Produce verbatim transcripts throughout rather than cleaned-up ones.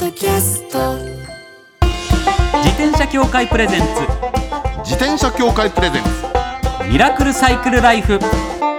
ドキャスト。 自転車協会プレゼンツ自転車協会プレゼンツミラクルサイクルライフ。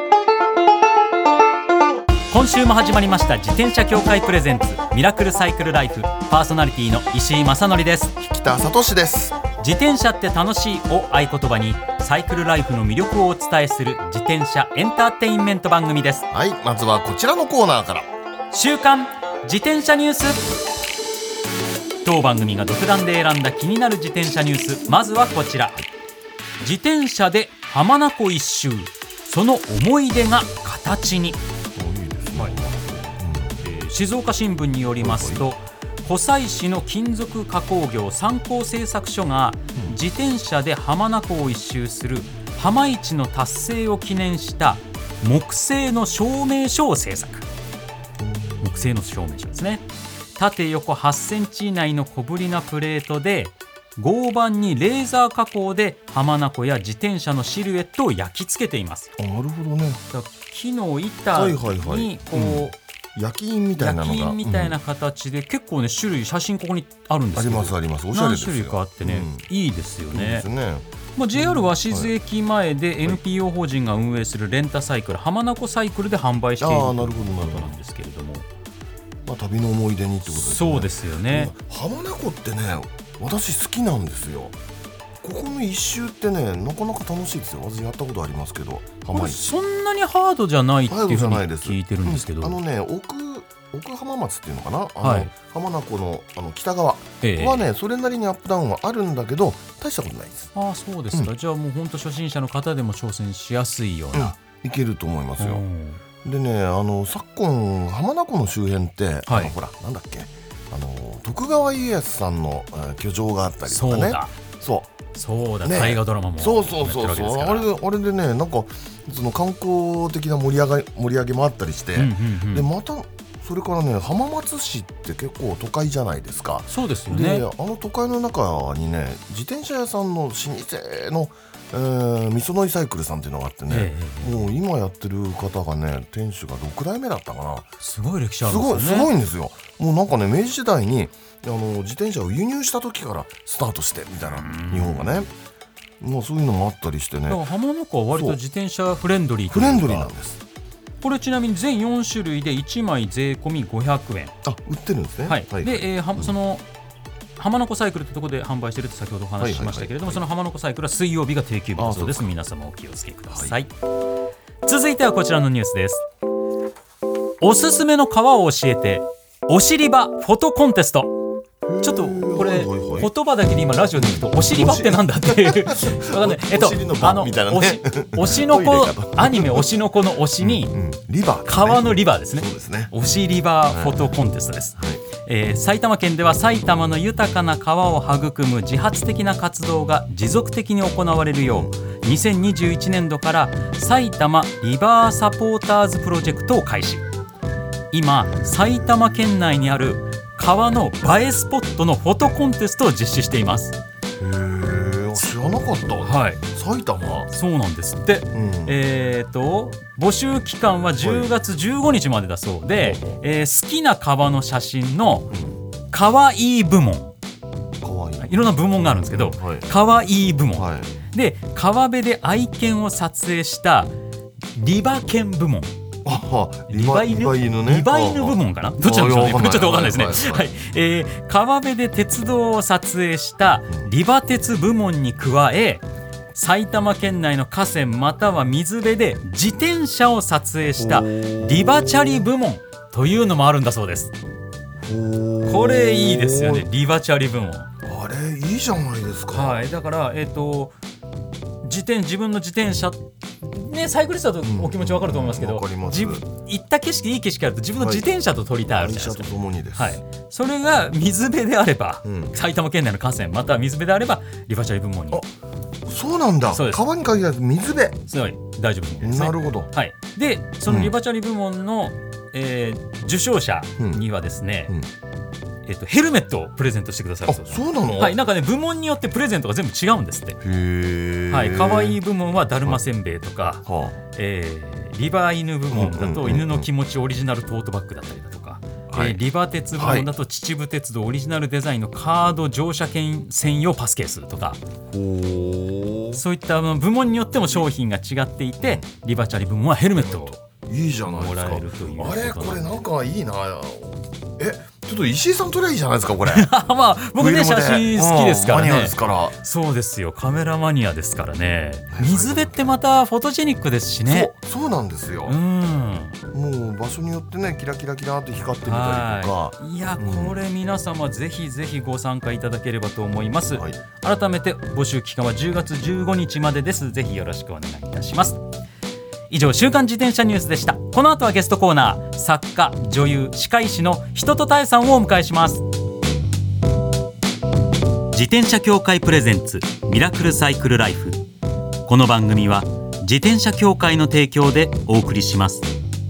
今週も始まりました自転車協会プレゼンツミラクルサイクルライフ。パーソナリティの石井正則です。 北里です。 自転車って楽しいを合言葉にサイクルライフの魅力をお伝えする自転車エンターテインメント番組です。 はい、まずはこちらのコーナーから。 週刊自転車ニュース。当番組が独断で選んだ気になる自転車ニュース、まずはこちら。自転車で浜名湖一周、その思い出が形に。はいえー、静岡新聞によりますと、湖西市の金属加工業三幸製作所が自転車で浜名湖を一周する浜市の達成を記念した木製の証明書を制作。木製の証明書ですね。縦横はちセンチ以内の小ぶりなプレートで合板にレーザー加工で浜名湖や自転車のシルエットを焼き付けています。 あ、なるほどね。 だ木の板にこう、はいはいはい、うん焼き印みたいなのが焼き印みたいな形で、うん、結構ね種類写真ここにあるんですけど、 ありますあります。おしゃれですよ。 何種類かあってね、うん、いいですよね。いいですね。まあ、ジェイアール 鷲津駅前で エヌピーオー 法人が運営するレンタサイクル、浜名湖サイクルで販売しているということなんですけれども、 まあ、旅の思い出にってことですね。 そうですよね。 浜名湖ってね、私好きなんですよ。ここの一周ってね、なかなか楽しいですよ。私やったことありますけど、浜市そんなにハードじゃないっていうふうに聞いてるんですけど、 うん、あのね、奥奥浜松っていうのかな、あの、はい、浜名湖 の, あの北側はね、ええ、それなりにアップダウンはあるんだけど大したことないです。 ああ、そうですか、うん、じゃあもう本当初心者の方でも挑戦しやすいような、 うん、いけると思いますよ。でね、あの昨今浜名湖の周辺って、はい、あのほらなんだっけ、あの徳川家康さんの居城があったりとかね。 そうだそうそうだ、ね、大河ドラマもそうそうそうそう、あれであれでね、なんかその観光的な盛り上がり盛り上げもあったりして、うんうんうん、でまたそれからね、浜松市って結構都会じゃないですか。 そうですよね。 であの都会の中にね、自転車屋さんの老舗の、えー、みそのいサイクルさんっていうのがあってね、ええ、もう今やってる方がね、店主がろく代目だったかな。すごい歴史あるんですよね。すごい、すごいんですよ。もうなんかね、明治時代にあの自転車を輸入した時からスタートしてみたいな、日本がね、もうそういうのもあったりしてね。だから浜名湖は割と自転車フレンドリーフレンドリーなんです。 これちなみに全よん種類でいちまい税込みごひゃくえん。 あ、売ってるんですね。 はい、はい、で、えーはその浜名湖サイクルってところで販売していると先ほどお話ししましたけれども、その浜名湖サイクルは水曜日が定休日だそうです。皆様お気をつけください、はい、続いてはこちらのニュースです。おすすめの川を教えてお尻場フォトコンテスト。ちょっとこれ、はいはいはい、言葉だけで今ラジオで言うとお尻場ってなんだっていう分かんない。えっとあの推しの子アニメ推しの子の推しに、うんうん、リバー、ね、川のリバーですね。 そうですね。 推しリバーフォトコンテストです、はいはい。えー、埼玉県では埼玉の豊かな川を育む自発的な活動が持続的に行われるようにせんにじゅういちねんどから埼玉リバーサポーターズプロジェクトを開始。今埼玉県内にある川の映えスポットのフォトコンテストを実施しています。 へー、知らなかった。 はい、 埼玉。そうなんですって、うん、えーと募集期間はじゅうがつじゅうごにちまでだそうで、はい、えー、好きな川の写真のかわいい部門、かわいい、いろんな部門があるんですけど、はい、かわいい部門、はい、で川辺で愛犬を撮影したリバ犬部門、 あ、リバ犬、リバ犬ね、 リバ犬部門かな、どっちなんでしょうね、ちょっと分かんないですね。はいはいはい、えー、川辺で鉄道を撮影したリバ鉄部門に加え、埼玉県内の河川または水辺で自転車を撮影したリバチャリ部門というのもあるんだそうです。これいいですよね、リバチャリ部門。あれいいじゃないですか。 はい、だから、えーと、自転自分の自転車ね、サイクリストだとお気持ち分かると思いますけど、うん、自分行った景色いい景色あると自分の自転車と撮りたいあるじゃないですか。 自転車と共にです、はい、 それが水辺であれば、うん、埼玉県内の河川または水辺であればリバチャリ部門に。 あ、そうなんだ。川に限らず水辺、 すごい大丈夫ですね。 なるほど、 はい、でそのリバチャリ部門の、うん、えー、受賞者にはですね、うんうん、えー、とヘルメットをプレゼントしてくださるそうです。 あ、そうなの？ はい、なんかね、部門によってプレゼントが全部違うんですって。 へー、 はい、かわいい部門はだるませんべいとか、はあ、えー、リバ犬部門だと犬の気持ちオリジナルトートバッグだったりだとか、 はいえー、リバ鉄部門だと秩父鉄道オリジナルデザインのカード乗車券専用パスケースとか、 ほそういった部門によっても商品が違っていて、リバチャリ部門はヘルメットをいいじゃないですか。 もらえるということなんで。 あれこれなんかいいな。えちょっと石井さん撮りゃいいじゃないですかこれまあ僕ね写真好きですからね、 うんマニアですから。 そうですよ、カメラマニアですからね。水辺ってまたフォトジェニックですしね。 そう、そうなんですよ、 うん、 もう場所によってねキラキラキラって光ってみたりとか、 いや、 うんこれ皆様ぜひぜひご参加いただければと思います、 はい、 改めて募集期間はじゅうがつじゅうごにちまでです。ぜひよろしくお願いいたします。以上、週刊自転車ニュースでした。この後はゲストコーナー、作家、女優、歯科医師の人とたえさんをお迎えします。自転車協会プレゼンツミラクルサイクルライフ。この番組は自転車協会の提供でお送りします。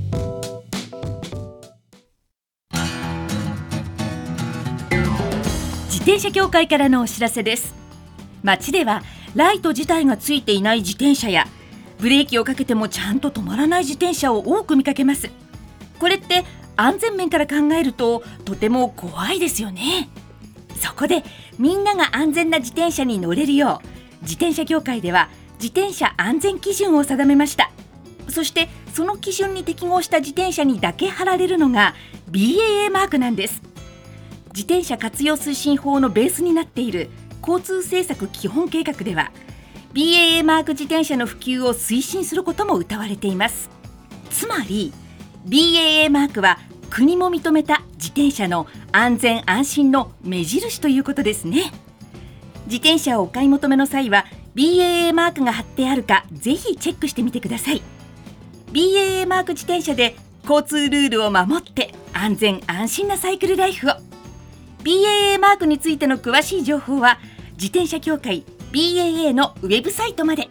自転車協会からのお知らせです。街ではライト自体がついていない自転車やブレーキをかけてもちゃんと止まらない自転車を多く見かけます。これって安全面から考えるととても怖いですよね。そこでみんなが安全な自転車に乗れるよう、自転車協会では自転車安全基準を定めました。そしてその基準に適合した自転車にだけ貼られるのが ビーエーエー マークなんです。自転車活用推進法のベースになっている交通政策基本計画ではビーエーエー マーク自転車の普及を推進することも謳われています。つまり ビーエーエー マークは国も認めた自転車の安全安心の目印ということですね。自転車をお買い求めの際は ビーエーエー マークが貼ってあるかぜひチェックしてみてください。 ビーエーエー マーク自転車で交通ルールを守って安全安心なサイクルライフを。 ビーエーエー マークについての詳しい情報は自転車協会 ビーエーエー のウェブサイトまで。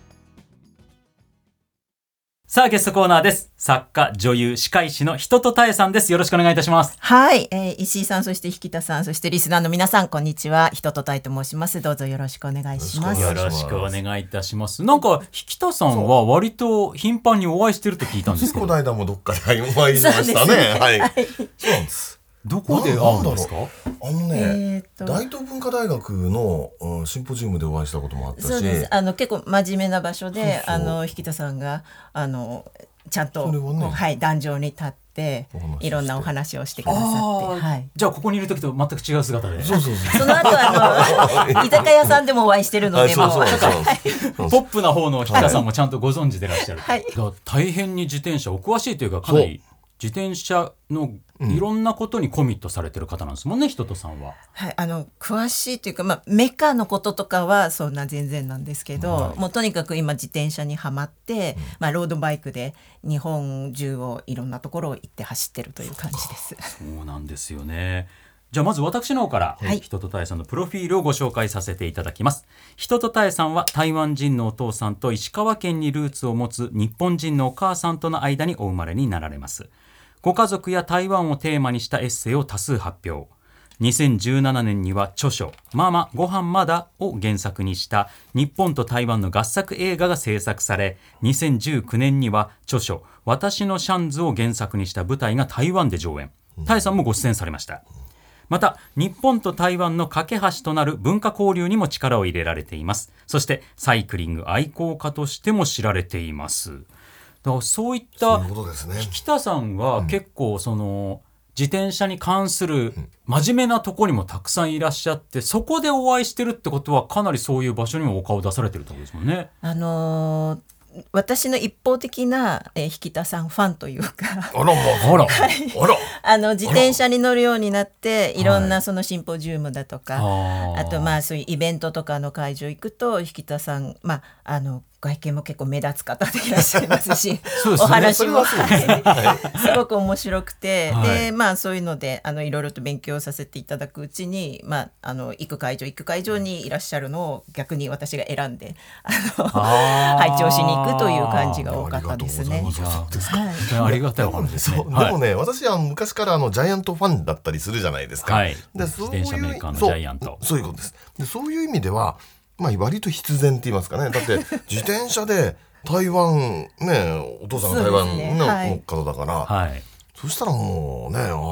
さあ、ゲストコーナーです。作家、女優、歯科医師の人とたえさんです。よろしくお願いいたします。 はい、えー、石井さん、そして引田さん、そしてリスナーの皆さん、こんにちは。人とたえと申します。どうぞよろしくお願いします。 よろしくお願いいたします。なんか引田さんは割と頻繁にお会いしてると聞いたんですけど。 この間もどっかでお会いしましたね。はい、そうなんです。 どこで会うんですか？ あのね、えー、大東文化大学の、うん、シンポジウムでお会いしたこともあったし、 そうです。あの結構真面目な場所で、そうそう、あの引田さんがあのちゃんと、ね、はい、壇上に立っていろんなお話をしてくださって、はい、 じゃあここにいる時と全く違う姿で、 そうそうそう、 その後あの居酒屋さんでもお会いしてるので、 そうそうそうそうポップな方の引田さんもちゃんとご存知でいらっしゃる、はい、だから大変に自転車お詳しいというか、かなり自転車のいろんなことにコミットされてる方なんですもんね、人とさんは。 はい、あの詳しいというか、まあ、メカのこととかはそんな全然なんですけど、はい、もうとにかく今自転車にはまって、うんまあ、ロードバイクで日本中をいろんなところを行って走ってるという感じです。 そうなんですよね。じゃあまず私の方から、はい、人とたえさんのプロフィールをご紹介させていただきます。人とたえさんは台湾人のお父さんと石川県にルーツを持つ日本人のお母さんとの間にお生まれになられます。ご家族や台湾をテーマにしたエッセイを多数発表。にせんじゅうななねんには著書ママご飯まだを原作にした日本と台湾の合作映画が制作され、にせんじゅうきゅうねんには著書私のシャンズを原作にした舞台が台湾で上演。タエさんもご出演されました。また日本と台湾の架け橋となる文化交流にも力を入れられています。そしてサイクリング愛好家としても知られています。だからそういった引田さんは結構その自転車に関する真面目なところにもたくさんいらっしゃって、そこでお会いしてるってことはかなりそういう場所にもお顔出されてるってことですもんね。 あのー私の一方的な、えー、引田さんファンというかあら、まあ、あら、はい、あらあの自転車に乗るようになっていろんなそのシンポジウムだとか、はい、あとまあそういうイベントとかの会場行くと引田さん、まあ、あの外見も結構目立つ方でいらっしゃいますしそうです、ね、 お話もすごく面白くて、はい、でまあそういうのであのいろいろと勉強させていただくうちに、まあ、あの行く会場行く会場にいらっしゃるのを逆に私が選んであの拝聴しに行くという感じが多かったですね。 ありがたいお話ですね。 でもね、私は昔からあのジャイアントファンだったりするじゃないですか、はい、でそういう自転車メーカーのジャイアント、 そう、そういうことです。でそういう意味ではまあ、割と必然って言いますかね。だって自転車で台湾ね、お父さんが台湾の方だから、はい、そしたらもうね、あ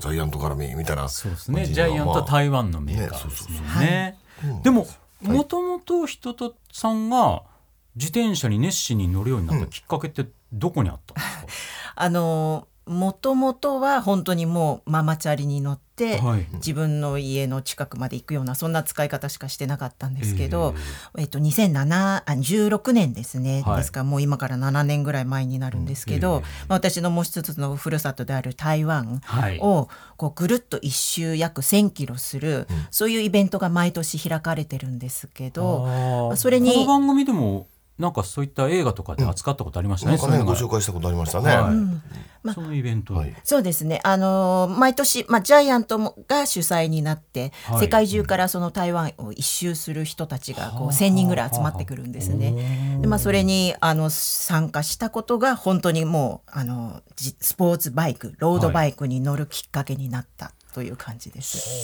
ャイアント絡みみたいな。 そうですね、ジャイアントは台湾のメーカーですもんね。でももともと人とさんが自転車に熱心に乗るようになったきっかけってどこにあったんですか？うん、 あのもともとは本当にもうママチャリに乗って、はい、自分の家の近くまで行くようなそんな使い方しかしてなかったんですけど、えーえっと、にせんじゅうろくねんですね、はい、ですからもう今からななねんぐらい前になるんですけど、うんえーまあ、私のもう一つのふるさとである台湾をこうぐるっと一周約せんキロする、うん、そういうイベントが毎年開かれてるんですけど、まあ、それにこの番組でもなんかそういった映画とかで扱ったことありましたね。 うん、なんかねご紹介したことありましたね。はいうんまあ、 そのイベント、はい、 そうですね、あのー、毎年、まあ、ジャイアントが主催になって、はい、世界中からその台湾を一周する人たちがこうせんにんぐらい集まってくるんですね。で、まあ、それにあの参加したことが本当にもうあのスポーツバイクロードバイクに乗るきっかけになった、はいという感じです。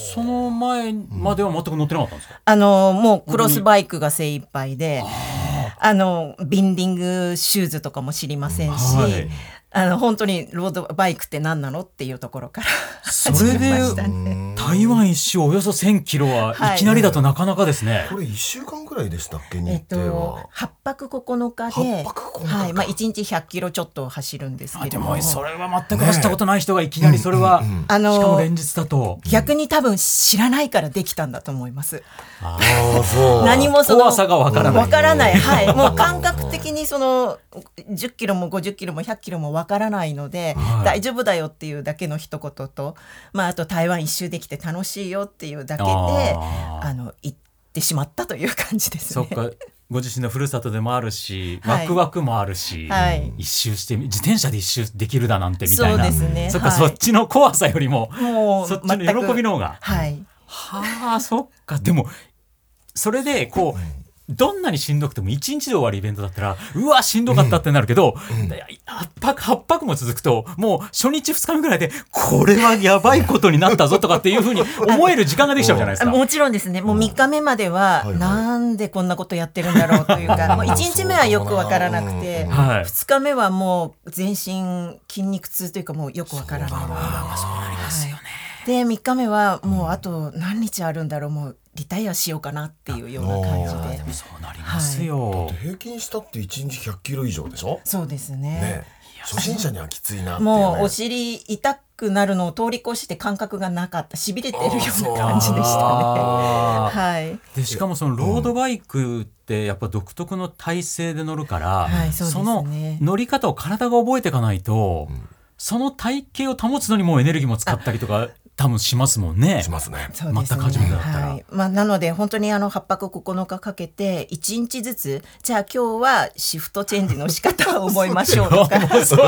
その前までは全く乗ってなかったんですか？ あのもうクロスバイクが精一杯で、あのビンディングシューズとかも知りませんし、はい、あの本当にロードバイクって何なのっていうところからそれで台湾一周およそせんキロはいきなりだとなかなかですね、はい、 これいっしゅうかんぐらいでしたっけ？日えっと、 程ははっぱくここのかではいまあ、いちにちひゃっキロちょっと走るんですけども、 でもそれは全く走ったことない人がいきなりそれは、ねうんうんうん、しかも連日だと逆に多分知らないからできたんだと思います。 あそう何もその怖さがわからない、 わからない、はい、もう感覚的にそのじゅっキロもごじゅっキロもひゃっキロもわからないので、はい、大丈夫だよっていうだけの一言と、まあ、あと台湾一周できて楽しいよっていうだけでああの行ってしまったという感じですね。 そっか、ご自身のふるさとでもあるし、はい、ワクワクもあるし、はい、一周して自転車で一周できるだなんてみたいな、 そうですね、 そっか、はい、そっちの怖さよりも、 もうそっちの喜びの方が、 はい、 はあ、そっか。でもそれでこうどんなにしんどくてもいちにちで終わるイベントだったらうわしんどかったってなるけど、うんうん、はっぱくはっぱくも続くともう初日ふつかめぐらいでこれはやばいことになったぞとかっていうふうに思える時間ができちゃうじゃないですか。 もちろんですね。もうみっかめまではなんでこんなことやってるんだろうというか、もういちにちめはよくわからなくて、ふつかめはもう全身筋肉痛というかもうよくわからない。そうなりますよね。 はい、でみっかめはもうあと何日あるんだろう、もうリタイアしようかなっていうような感じで。 でもそうなりますよ、 はい、だって平均したっていちにちひゃっキロ以上でしょ。 そうです ね, ね初心者にはきついなっていう、ね、 もうお尻痛くなるのを通り越して感覚がなかった、しびれてるような感じでしたね。はい、 でしかもそのロードバイクってやっぱ独特の体勢で乗るから、うん、そ, ね、その乗り方を体が覚えていかないと、うん、その体型を保つのにもエネルギーも使ったりとか多分しますもんね。 しますね。 そうですね。 全く初めてだったら、はい、 まあ、なので本当にあのはっぱくここのかかけていちにちずつ、じゃあ今日はシフトチェンジの仕方を覚えましょうとか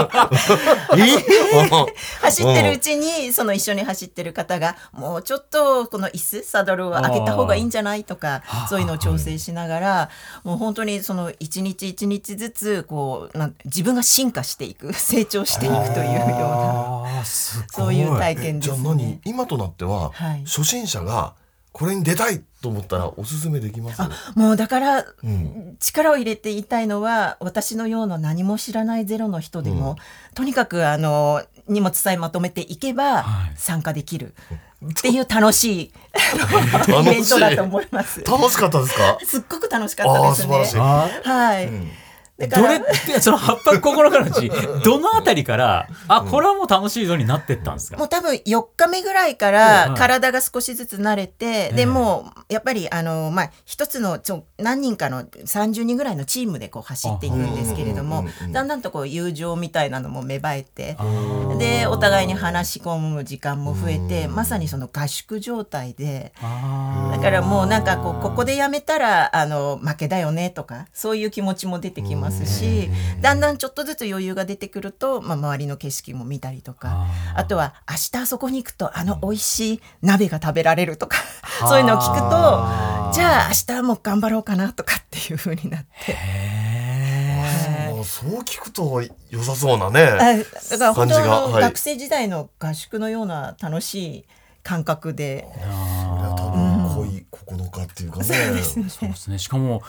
走ってるうちにその一緒に走ってる方がもうちょっとこの椅子サドルを上げた方がいいんじゃないとか、そういうのを調整しながら、もう本当にその一日一日ずつこうなん自分が進化していく、成長していくというようなそういう体験ですね。 じゃあ何今となっては、はい、初心者がこれに出たいと思ったらおすすめできます？ あ、もうだから、うん、力を入れて言いたいのは、私のような何も知らないゼロの人でも、うん、とにかくあの荷物さえまとめていけば参加できるっていう楽しいイベントだと思います。 楽しかったですか？ すっごく楽しかったですね。 あ、素晴らしい。 はい、うん、 どれってそのはっぱくここのかのうちどのあたりからあこれはもう楽しいぞになってったんですか？ もう多分よっかめぐらいから体が少しずつ慣れて、うん、でもうやっぱりあの、まあ、一つのちょ何人かのさんじゅうにんぐらいのチームでこう走っていくんですけれども、だんだんとこう友情みたいなのも芽生えて、でお互いに話し込む時間も増えて、まさにその合宿状態で、だからもうなんかこうここでやめたらあの負けだよねとかそういう気持ちも出てきますし、だんだんちょっとずつ余裕が出てくると、まあ、周りの景色も見たりとか、 あ, あとは明日あそこに行くとあの美味しい鍋が食べられるとかそういうのを聞くと、じゃあ明日も頑張ろうかなとかっていう風になって、 へー、そう聞くと良さそうなね、 あだから本当の学生時代の合宿のような楽しい感覚で、 それは多分濃いここのかっていうかね、 そうですね。しかも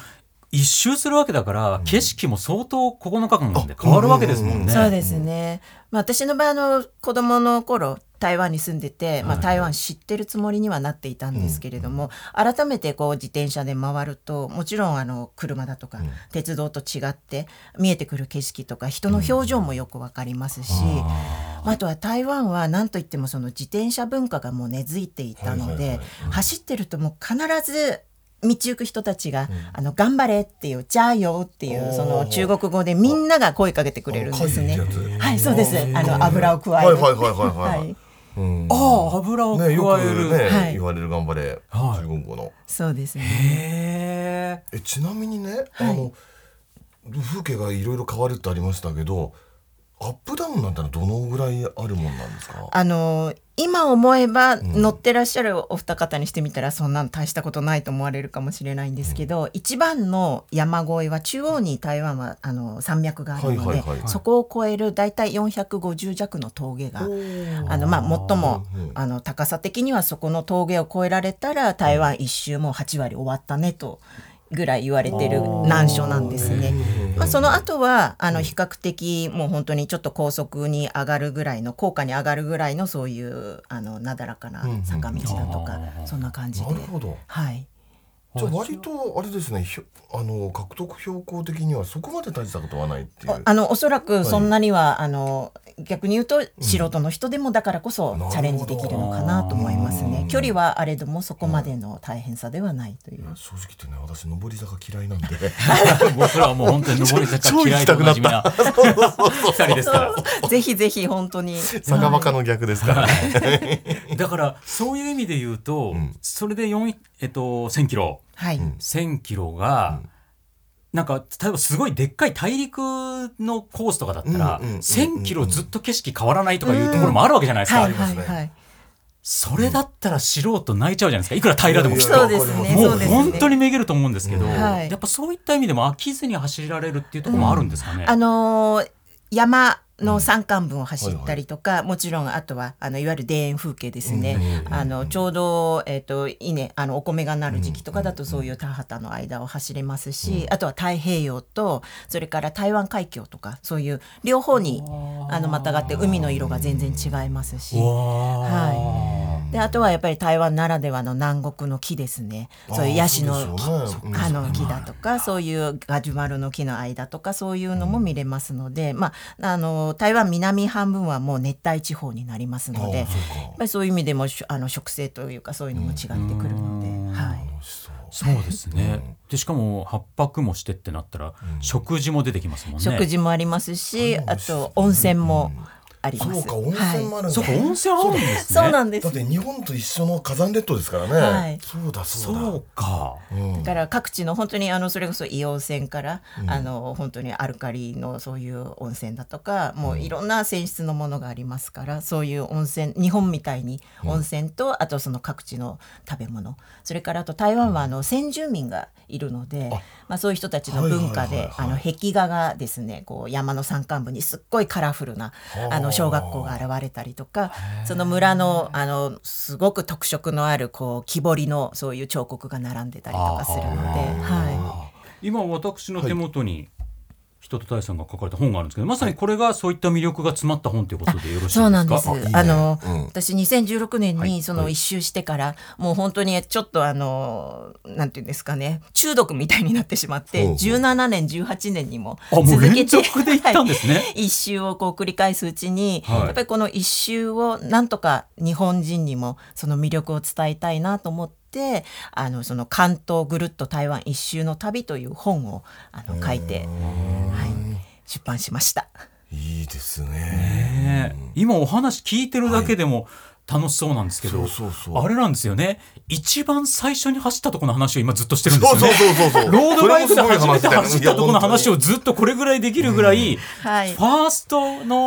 一周するわけだから、うん、景色も相当ここのかかんで変わるわけですもんね、うんうんうん、 そうですね、まあ、私の場合あの子供の頃台湾に住んでて、まあ、台湾知ってるつもりにはなっていたんですけれども、うん、改めてこう自転車で回るともちろんあの車だとか、うん、鉄道と違って見えてくる景色とか人の表情もよくわかりますし、うん、あ, あとは台湾は何といってもその自転車文化がもう根付いていたので、はいはいはい、うん、走ってるともう必ず道行く人たちが、うん、あの頑張れっていうジャーヨーっていうその中国語でみんなが声かけてくれるんですね。はい、そうです。あの油を加える。はいはいはいはい、はい、 うん、ああ油を加える、ね、よくね、 はい、言われる頑張れ、はい、中国語の。 そうですね。 へえ。ちなみにね、はい、あの風景がいろいろ変わるってありましたけど、アップダウンなんてのはどのぐらいあるもんなんですか？ あの今思えば乗ってらっしゃるお二方にしてみたらそんなの大したことないと思われるかもしれないんですけど、うん、一番の山越えは中央に台湾はあの山脈があるので、はいはいはい、そこを越えるだいたいよんひゃくごじゅう弱の峠があの、まあ、最もあの高さ的にはそこの峠を越えられたら台湾一周もはち割終わったねとぐらい言われてる難所なんですね。まあ、その後はあの比較的もう本当にちょっと高速に上がるぐらいの高架に上がるぐらいのそういうあのなだらかな坂道だとか、うんうん、そんな感じで。 なるほど。 はい。 じゃあ割とあれですね、あの獲得標高的にはそこまで大したことはないっていう。 あのおそらくそんなには、はい、あの逆に言うと素人の人でもだからこそチャレンジできるのかなと思いますね。距離はあれどもそこまでの大変さではないという。 うん、正直言ってね、私上り坂嫌いなんで僕らはもう本当に上り坂嫌いと同じみなふたりですからぜひぜひ本当に坂バカの逆ですから、ね、 だからそういう意味で言うと、うん、それでよん、えっと、せんキロ、はい、せんキロが、うん、なんか例えばすごいでっかい大陸のコースとかだったら、うんうん、せんキロずっと景色変わらないとかいうところもあるわけじゃないですか、 うん、はいはいはい、 それだったら素人泣いちゃうじゃないですか、いくら平らでもきっと。 そうですね、 もう本当にめげると思うんですけど、 うん、 やっぱそういった意味でも飽きずに走られるっていうところもあるんですかね。 うん、あのー、山の山間部を走ったりとか、うんはいはい、もちろんあとはあのいわゆる田園風景ですね、うん、あのちょうど、えーと稲あのお米がなる時期とかだとそういう田畑の間を走れますし、うん、あとは太平洋とそれから台湾海峡とかそういう両方にあのまたがって海の色が全然違いますし、はい、であとはやっぱり台湾ならではの南国の木ですね、そういうヤシの木、ね、あの木だとかそういうガジュマルの木の間とかそういうのも見れますので、まああの台湾南半分はもう熱帯地方になりますので、やっぱりそういう意味でもあの植生というかそういうのも違ってくるので、はい、 そうですね。でしかもはっぱくもしてってなったら、うん、食事も出てきますもんね。 食事もありますし、あと温泉もあります。 そうか、温泉もあるんだ、はい、 そうか、温泉あるんですね。 そうなんです。 だって日本と一緒の火山列島ですからね、はい、そうだそうだ、 そうか、 うん、だから各地の本当にあのそれこそ硫黄泉から、うん、あの本当にアルカリのそういう温泉だとか、もういろんな泉質のものがありますから、そういう温泉、日本みたいに温泉と、うん、あとその各地の食べ物、それからあと台湾はあの先住民がいるので、まあ、そういう人たちの文化で壁画がですね、こう山の山間部にすっごいカラフルなあの小学校が現れたりとか、その村のあのすごく特色のあるこう木彫りのそういう彫刻が並んでたりとかするので、はい、 今私の手元に、はい、人と大さんが書かれた本があるんですけど、まさにこれがそういった魅力が詰まった本ということでよろしいですか？ そうなんです。あ、いいね、あの、うん、私にせんじゅうろくねんにその一周してから、はいはい、もう本当にちょっとあのなんていうんですかね、中毒みたいになってしまって、じゅうななねんじゅうはちねんにも続けて、 あ、もう連続で行ったんですね。はい、 一周をこう繰り返すうちに、はい、やっぱりこの一周をなんとか日本人にもその魅力を伝えたいなと思って。であのその関東ぐるっと台湾一周の旅という本をあの書いて、はい、出版しました。 いいですね。 ね、今お話聞いてるだけでも楽しそうなんですけど、はい、そうそうそう、あれなんですよね、一番最初に走ったところの話を今ずっとしてるんですよね。 そうそうそうそう、 ロードバイクで初めて走ったところの話をずっとこれぐらいできるぐらい、うん、はい、ファーストの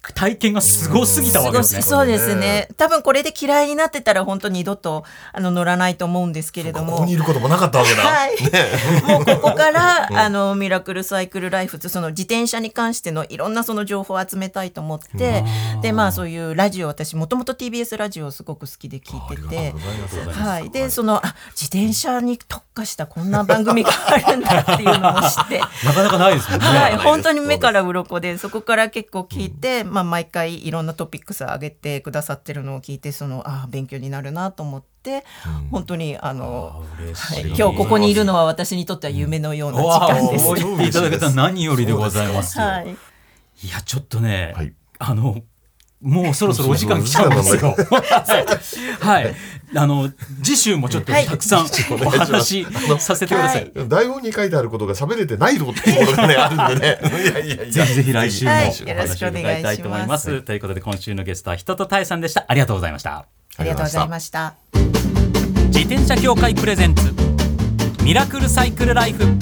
体験がすごすぎたわけですね。 そうですね。多分これで嫌いになってたら本当に二度とあの乗らないと思うんですけれども、 ここにいることもなかったわけだ。 はい。 ね、 もうここからあのミラクルサイクルライフってその自転車に関してのいろんなその情報を集めたいと思って、でまあそういうラジオ、私もともと ティービーエス ラジオをすごく好きで聞いてて、はい。でそのあ自転車に特化したこんな番組があるんだっていうのを知ってなかなかないですもんね。 はい。本当に目から鱗で、そこから結構聞いて、うん、まあ毎回いろんなトピックス上げてくださってるのを聞いて、そのあ勉強になるなと思って、うん、本当にあのあ、はい、今日ここにいるのは私にとっては夢のような時間です。 お言っていただけたら何よりでございますよ。 はい、いやちょっとね、はい、あのもうそろそろお時間来ちゃうんですよ。はい、あの次週もちょっとたくさんお話しさせてください。 はい、台本に書いてあることが喋れてないとっていうことがねあるんでね。いやいやいやぜひぜひ来週もお話よろしくお願いしたいと思います。ということで今週のゲストは人とたいさんでした。ありがとうございました。 ありがとうございました。 自転車協会プレゼンツミラクルサイクルライフ。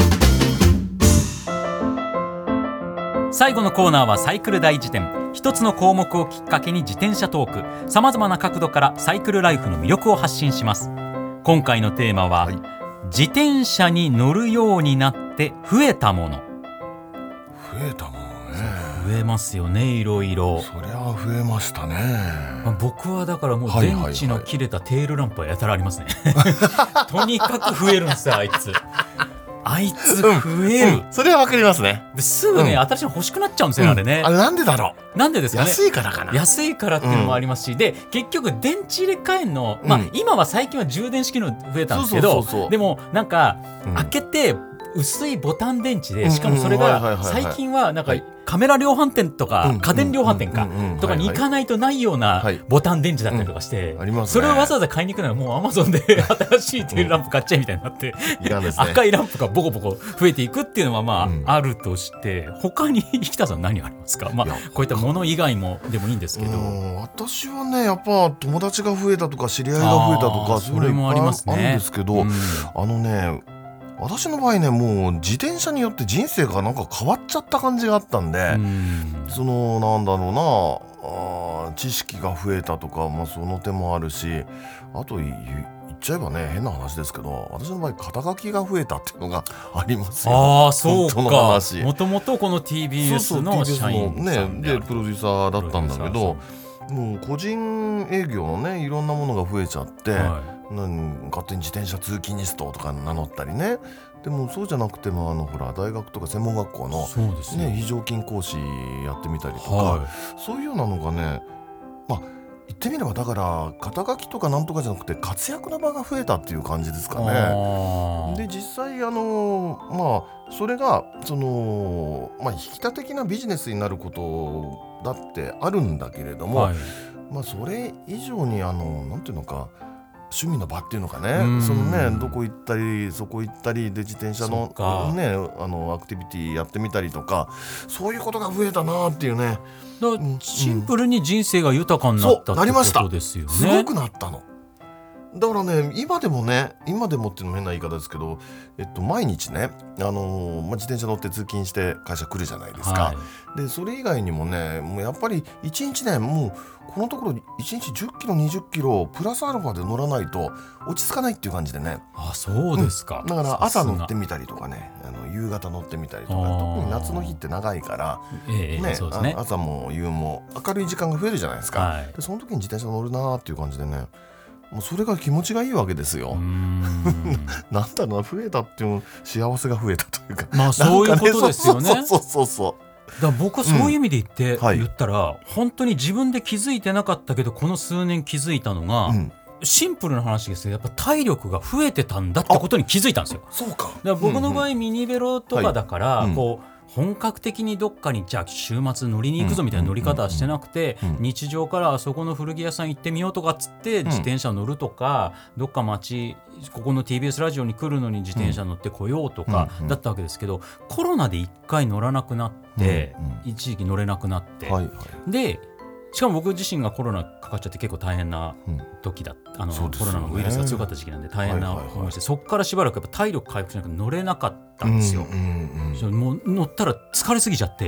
最後のコーナーはサイクル大辞典。一つの項目をきっかけに自転車トーク、さまざまな角度からサイクルライフの魅力を発信します。今回のテーマは、はい、自転車に乗るようになって増えたもの。 増えたものね。 増えますよね、いろいろ。 そりゃ増えましたね。 まあ、僕はだからもう電池の切れたテールランプはやたらありますね。とにかく増えるんですよ、あいつ。あいつ増える、うんうん、それはわかりますね。 ですぐね、うん、新しいの欲しくなっちゃうんですよ、うん、あれね。 あれなんでだろう。なんでですかね。 安いからかな。 安いからっていうのもありますし、うん、で結局電池入れ替えの、まあ、うん、今は最近は充電式の増えたんですけど、でもなんか、うん、開けて薄いボタン電池で、しかもそれが最近はなんかカメラ量販店とか家電量販店かとかに行かないとないようなボタン電池だったりとかして、それをわざわざ買いに行くならもうアマゾンで新しいテールランプ買っちゃいみたいになって、赤いランプがボコボコ増えていくっていうのはまああるとして、他に生田さん何ありますか。まあこういったもの以外もでもいいんですけど。 私はねやっぱ友達が増えたとか知り合いが増えたとかそれもありますね。 あるんですけど、あのね私の場合ねもう自転車によって人生がなんか変わっちゃった感じがあったんで、んそのなんだろうなあ知識が増えたとか、まあ、その手もあるし、あと言っちゃえばね変な話ですけど、私の場合肩書きが増えたっていうのがありますよ。 ああそうか。もともとこの ティービーエス の社員さんで、ね、でプロデューサーだったんだけど、もう個人営業のねいろんなものが増えちゃって、はい勝手に自転車通勤ニストとか名乗ったりね。でもそうじゃなくてもあのほら大学とか専門学校の、ね、非常勤講師やってみたりとか、はい、そういうようなのがね、まあ言ってみればだから肩書きとかなんとかじゃなくて活躍の場が増えたっていう感じですかね。で実際あのまあそれがその、まあ、引き立て的なビジネスになることだってあるんだけれども、はい、まあそれ以上にあのなんていうのか趣味の場っていうのかね、そのねどこ行ったりそこ行ったりで自転車のねあのアクティビティやってみたりとか、そういうことが増えたなっていうね。 だからシンプルに人生が豊かになったってことですよね。 すごくなったの。だからね今でもね今でもっていうのも変な言い方ですけど、えっと、毎日ね、あのーまあ、自転車乗って通勤して会社来るじゃないですか、はい、でそれ以外にもねもうやっぱりいちにちねもうこのところいちにちじゅっキロにじゅっキロプラスアルファで乗らないと落ち着かないっていう感じでね。 あそうですか、 うん、だから朝乗ってみたりとかねあの夕方乗ってみたりとか、特に夏の日って長いから、 ええねそうですね、 朝も夕も明るい時間が増えるじゃないですか、はい、でその時に自転車乗るなっていう感じでね、もうそれが気持ちがいいわけですよ。うーんなんだろうな、増えたっていう幸せが増えたというか、 まあそういうことですよね。 そうそうそうそう。 だから僕はそういう意味で言って、うんはい、言ったら本当に自分で気づいてなかったけどこの数年気づいたのが、うん、シンプルな話ですけどやっぱ体力が増えてたんだってことに気づいたんですよ。 そうか。だから僕の場合、うんうん、ミニベロとかだから、はい、こう本格的にどっかにじゃあ週末乗りに行くぞみたいな乗り方はしてなくて、日常からあそこの古着屋さん行ってみようとかっつって自転車乗るとか、どっか街ここの ティービーエス ラジオに来るのに自転車乗ってこようとかだったわけですけど、コロナで一回乗らなくなって一時期乗れなくなって、でしかも僕自身がコロナかかっちゃって結構大変な時だった、うん、あのコロナのウイルスが強かった時期なんで大変な思いして、はいはいはい、そこからしばらくやっぱ体力回復しなくて乗れなかったんですよ、うんうんうん、もう乗ったら疲れすぎちゃって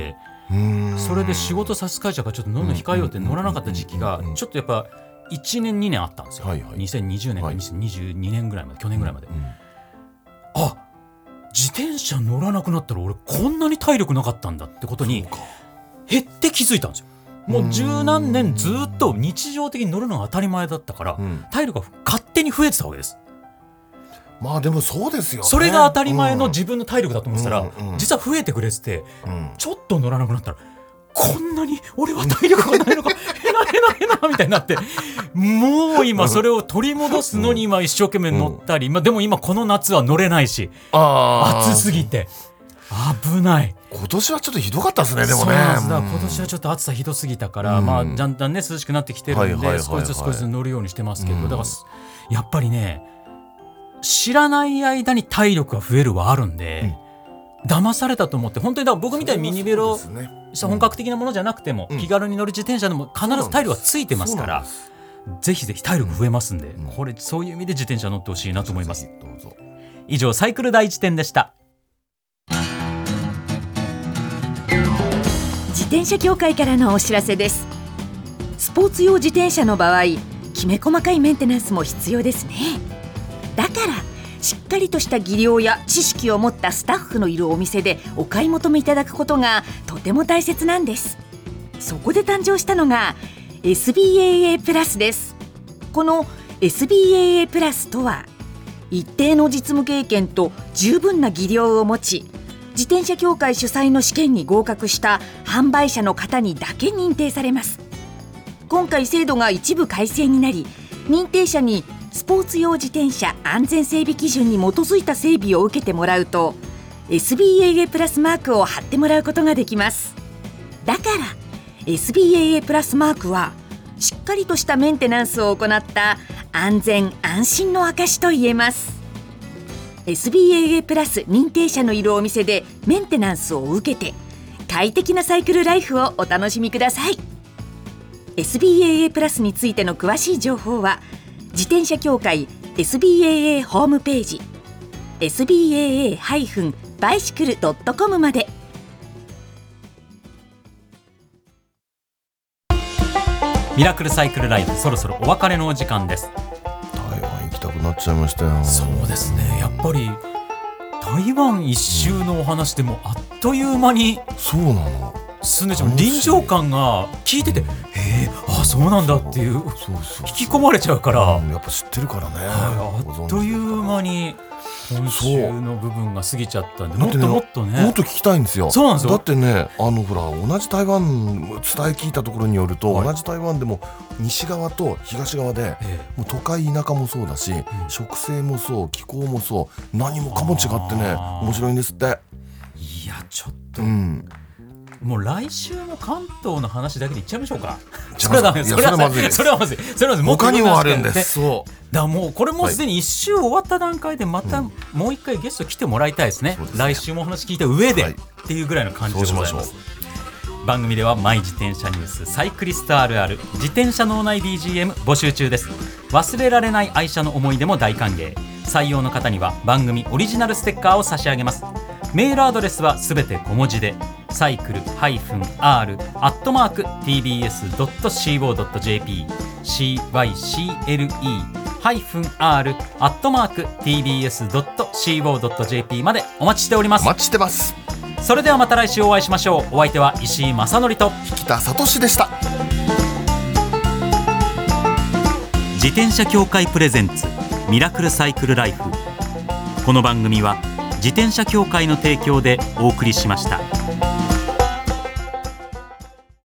それで仕事差し支えちゃうからちょっと乗るの控えようって乗らなかった時期がちょっとやっぱいちねんにねんあったんですよ、はいはい、にせんにじゅうねんからにせんにじゅうにねんぐらいまで、去年ぐらいまで、うんうん、あ、自転車乗らなくなったら俺こんなに体力なかったんだってことに減って気づいたんですよ。もう十何年ずっと日常的に乗るのが当たり前だったから、うん、体力が勝手に増えてたわけです。 まあでもそうですよね。 それが当たり前の自分の体力だと思ってたら、うんうん、実は増えてくれてて、うん、ちょっと乗らなくなったらこんなに俺は体力がないのかへなへなへなみたいになってもう今それを取り戻すのに今一生懸命乗ったり、うん、まあ、でも今この夏は乗れないし、暑すぎて危ない。 今年はちょっとひどかったですね。でもね、 そうだ、今年はちょっと暑さひどすぎたから、うん、まあだんだんね涼しくなってきてるんで、はいはいはいはい、少しずつ少しずつ乗るようにしてますけど、うん、だからやっぱりね知らない間に体力が増えるはあるんで、うん、騙されたと思って本当にだから僕みたいにミニベロした本格的なものじゃなくても、うん、気軽に乗る自転車でも必ず体力がついてますから、ぜひぜひ体力増えますんで、うん、これそういう意味で自転車乗ってほしいなと思います。どうぞ。以上サイクル第一点でした。 自転車協会からのお知らせです。スポーツ用自転車の場合、きめ細かいメンテナンスも必要ですね。だからしっかりとした技量や知識を持ったスタッフのいるお店でお買い求めいただくことがとても大切なんです。そこで誕生したのが エスビーエーエー プラスです。この エスビーエーエー プラスとは一定の実務経験と十分な技量を持ち、自転車協会主催の試験に合格した販売者の方にだけ認定されます。今回制度が一部改正になり、認定者にスポーツ用自転車安全整備基準に基づいた整備を受けてもらうと エスビーエーエー プラスマークを貼ってもらうことができます。だから エスビーエーエー プラスマークはしっかりとしたメンテナンスを行った安全安心の証と言えます。 エスビーエーエー プラス認定者のいるお店でメンテナンスを受けて快適なサイクルライフをお楽しみください。 エスビーエーエー プラスについての詳しい情報は自転車協会 エスビーエーエー ホームページ エスビーエーエー バイシクル ドットコム まで。 ミラクルサイクルライフ、そろそろお別れのお時間です。 台湾行きたくなっちゃいましたよ。 そうですね、やっぱり台湾一周のお話でもあっという間に、 うん、そうなの進んでちゃう。臨場感が聞いてて、うん、へえ、あ、そうなんだっていう引き込まれちゃうから、 うん、やっぱ知ってるからね、 はい、あっという間に今週の部分が過ぎちゃったんで、もっともっとねもっと聞きたいんですよ。 そうなんですよ。 だってね、あのほら同じ台湾伝え聞いたところによると、はい、同じ台湾でも西側と東側で、ええ、もう都会田舎もそうだし、うん、植生もそう気候もそう何もかも違ってね面白いんですって。 いやちょっと、 うん、 もう来週の関東の話だけでいっちゃいましょうか。 それはダメ。それはまずいです。 それはまずい。それはまずい。 他にもあるんです。そう。 だからもうこれもすでに一周終わった段階でまたもう一回ゲスト来てもらいたいですね。うん、来週もお話聞いた上で、はい、っていうぐらいの感じでございます。そうしましょう。番組ではマイ自転車ニュース、サイクリストあるある、自転車脳内 ビージーエム 募集中です。忘れられない愛車の思い出も大歓迎。採用の方には番組オリジナルステッカーを差し上げます。メールアドレスはすべて小文字でサイクル -アール アットマーク ティービーエス ドット シーオー ドット ジェーピー シーワイシーエルイー アール アットマーク ティービーエス ドット シーオー ドット ジェーピー までお待ちしております。 お待ちしてます。 それではまた来週お会いしましょう。お相手は石井正則と引田聡でした。 自転車協会プレゼンツミラクルサイクルライフ。この番組は自転車協会の提供でお送りしました。